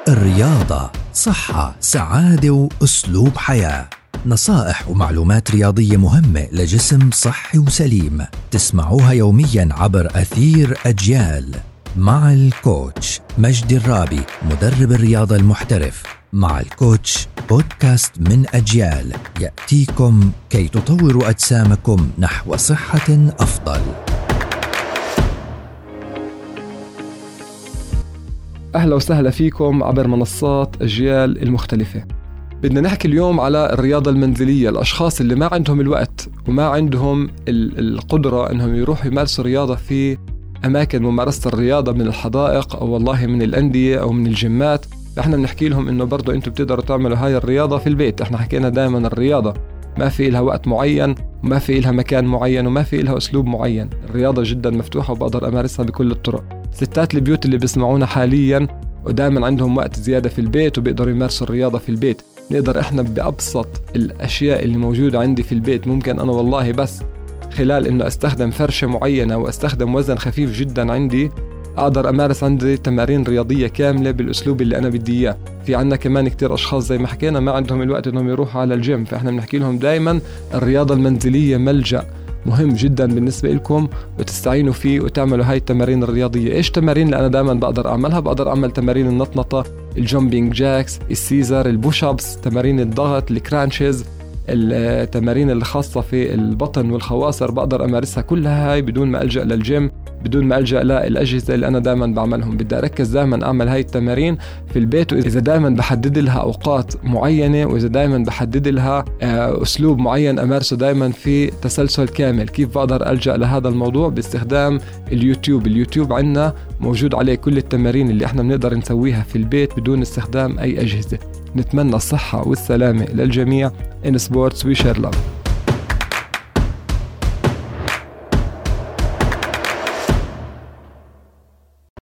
الرياضة، صحة، سعادة وأسلوب حياة. نصائح ومعلومات رياضية مهمة لجسم صحي وسليم، تسمعوها يومياً عبر أثير أجيال مع الكوتش مجدي الرابي، مدرب الرياضة المحترف. مع الكوتش بودكاست من أجيال يأتيكم كي تطوروا أجسامكم نحو صحة أفضل. أهلا وسهلا فيكم عبر منصات أجيال المختلفة. بدنا نحكي اليوم على الرياضة المنزلية، الأشخاص اللي ما عندهم الوقت وما عندهم القدرة أنهم يروحوا يمارسوا رياضة في أماكن ممارسة الرياضة من الحدائق أو والله من الأندية أو من الجيمات. احنا بنحكي لهم إنه برضو أنتوا بتقدروا تعملوا هاي الرياضة في البيت. احنا حكينا دائما الرياضة ما في إلها وقت معين وما في إلها مكان معين وما في إلها أسلوب معين. الرياضة جدا مفتوحة وبقدر أمارسها بكل الطرق. ستات البيوت اللي بيسمعونا حاليا ودائما عندهم وقت زيادة في البيت وبيقدروا يمارسوا الرياضة في البيت، نقدر احنا بأبسط الأشياء اللي موجودة عندي في البيت. ممكن أنا والله بس خلال إنه أستخدم فرشة معينة وأستخدم وزن خفيف جدا عندي أقدر أمارس عندي تمارين رياضية كاملة بالأسلوب اللي أنا بدي إياه. في عنا كمان كتير أشخاص زي ما حكينا ما عندهم الوقت إنهم يروحوا على الجيم، فإحنا بنحكي لهم دايما الرياضة المنزلية ملجأ مهم جدا بالنسبة لكم وتستعينوا فيه وتعملوا هاي التمارين الرياضية. إيش تمارين اللي أنا دائما بقدر أعملها؟ بقدر أعمل تمارين النطنطة، الجامبينج جاكس، السيزر، البوش أبس، تمارين الضغط، الكرانشز، التمارين الخاصة في البطن والخواصر. بقدر أمارسها كلها هاي بدون ما ألجأ للجيم، بدون ما ألجأ للأجهزة اللي أنا دائما بعملهم. بدي أركز دائما أعمل هاي التمارين في البيت، وإذا دائما بحدد لها أوقات معينة وإذا دائما بحدد لها أسلوب معين أمارسه دائما في تسلسل كامل. كيف بقدر ألجأ لهذا الموضوع؟ باستخدام اليوتيوب عندنا موجود عليه كل التمارين اللي احنا بنقدر نسويها في البيت بدون استخدام أي أجهزة. نتمنى الصحة والسلامة للجميع. In sports we share love.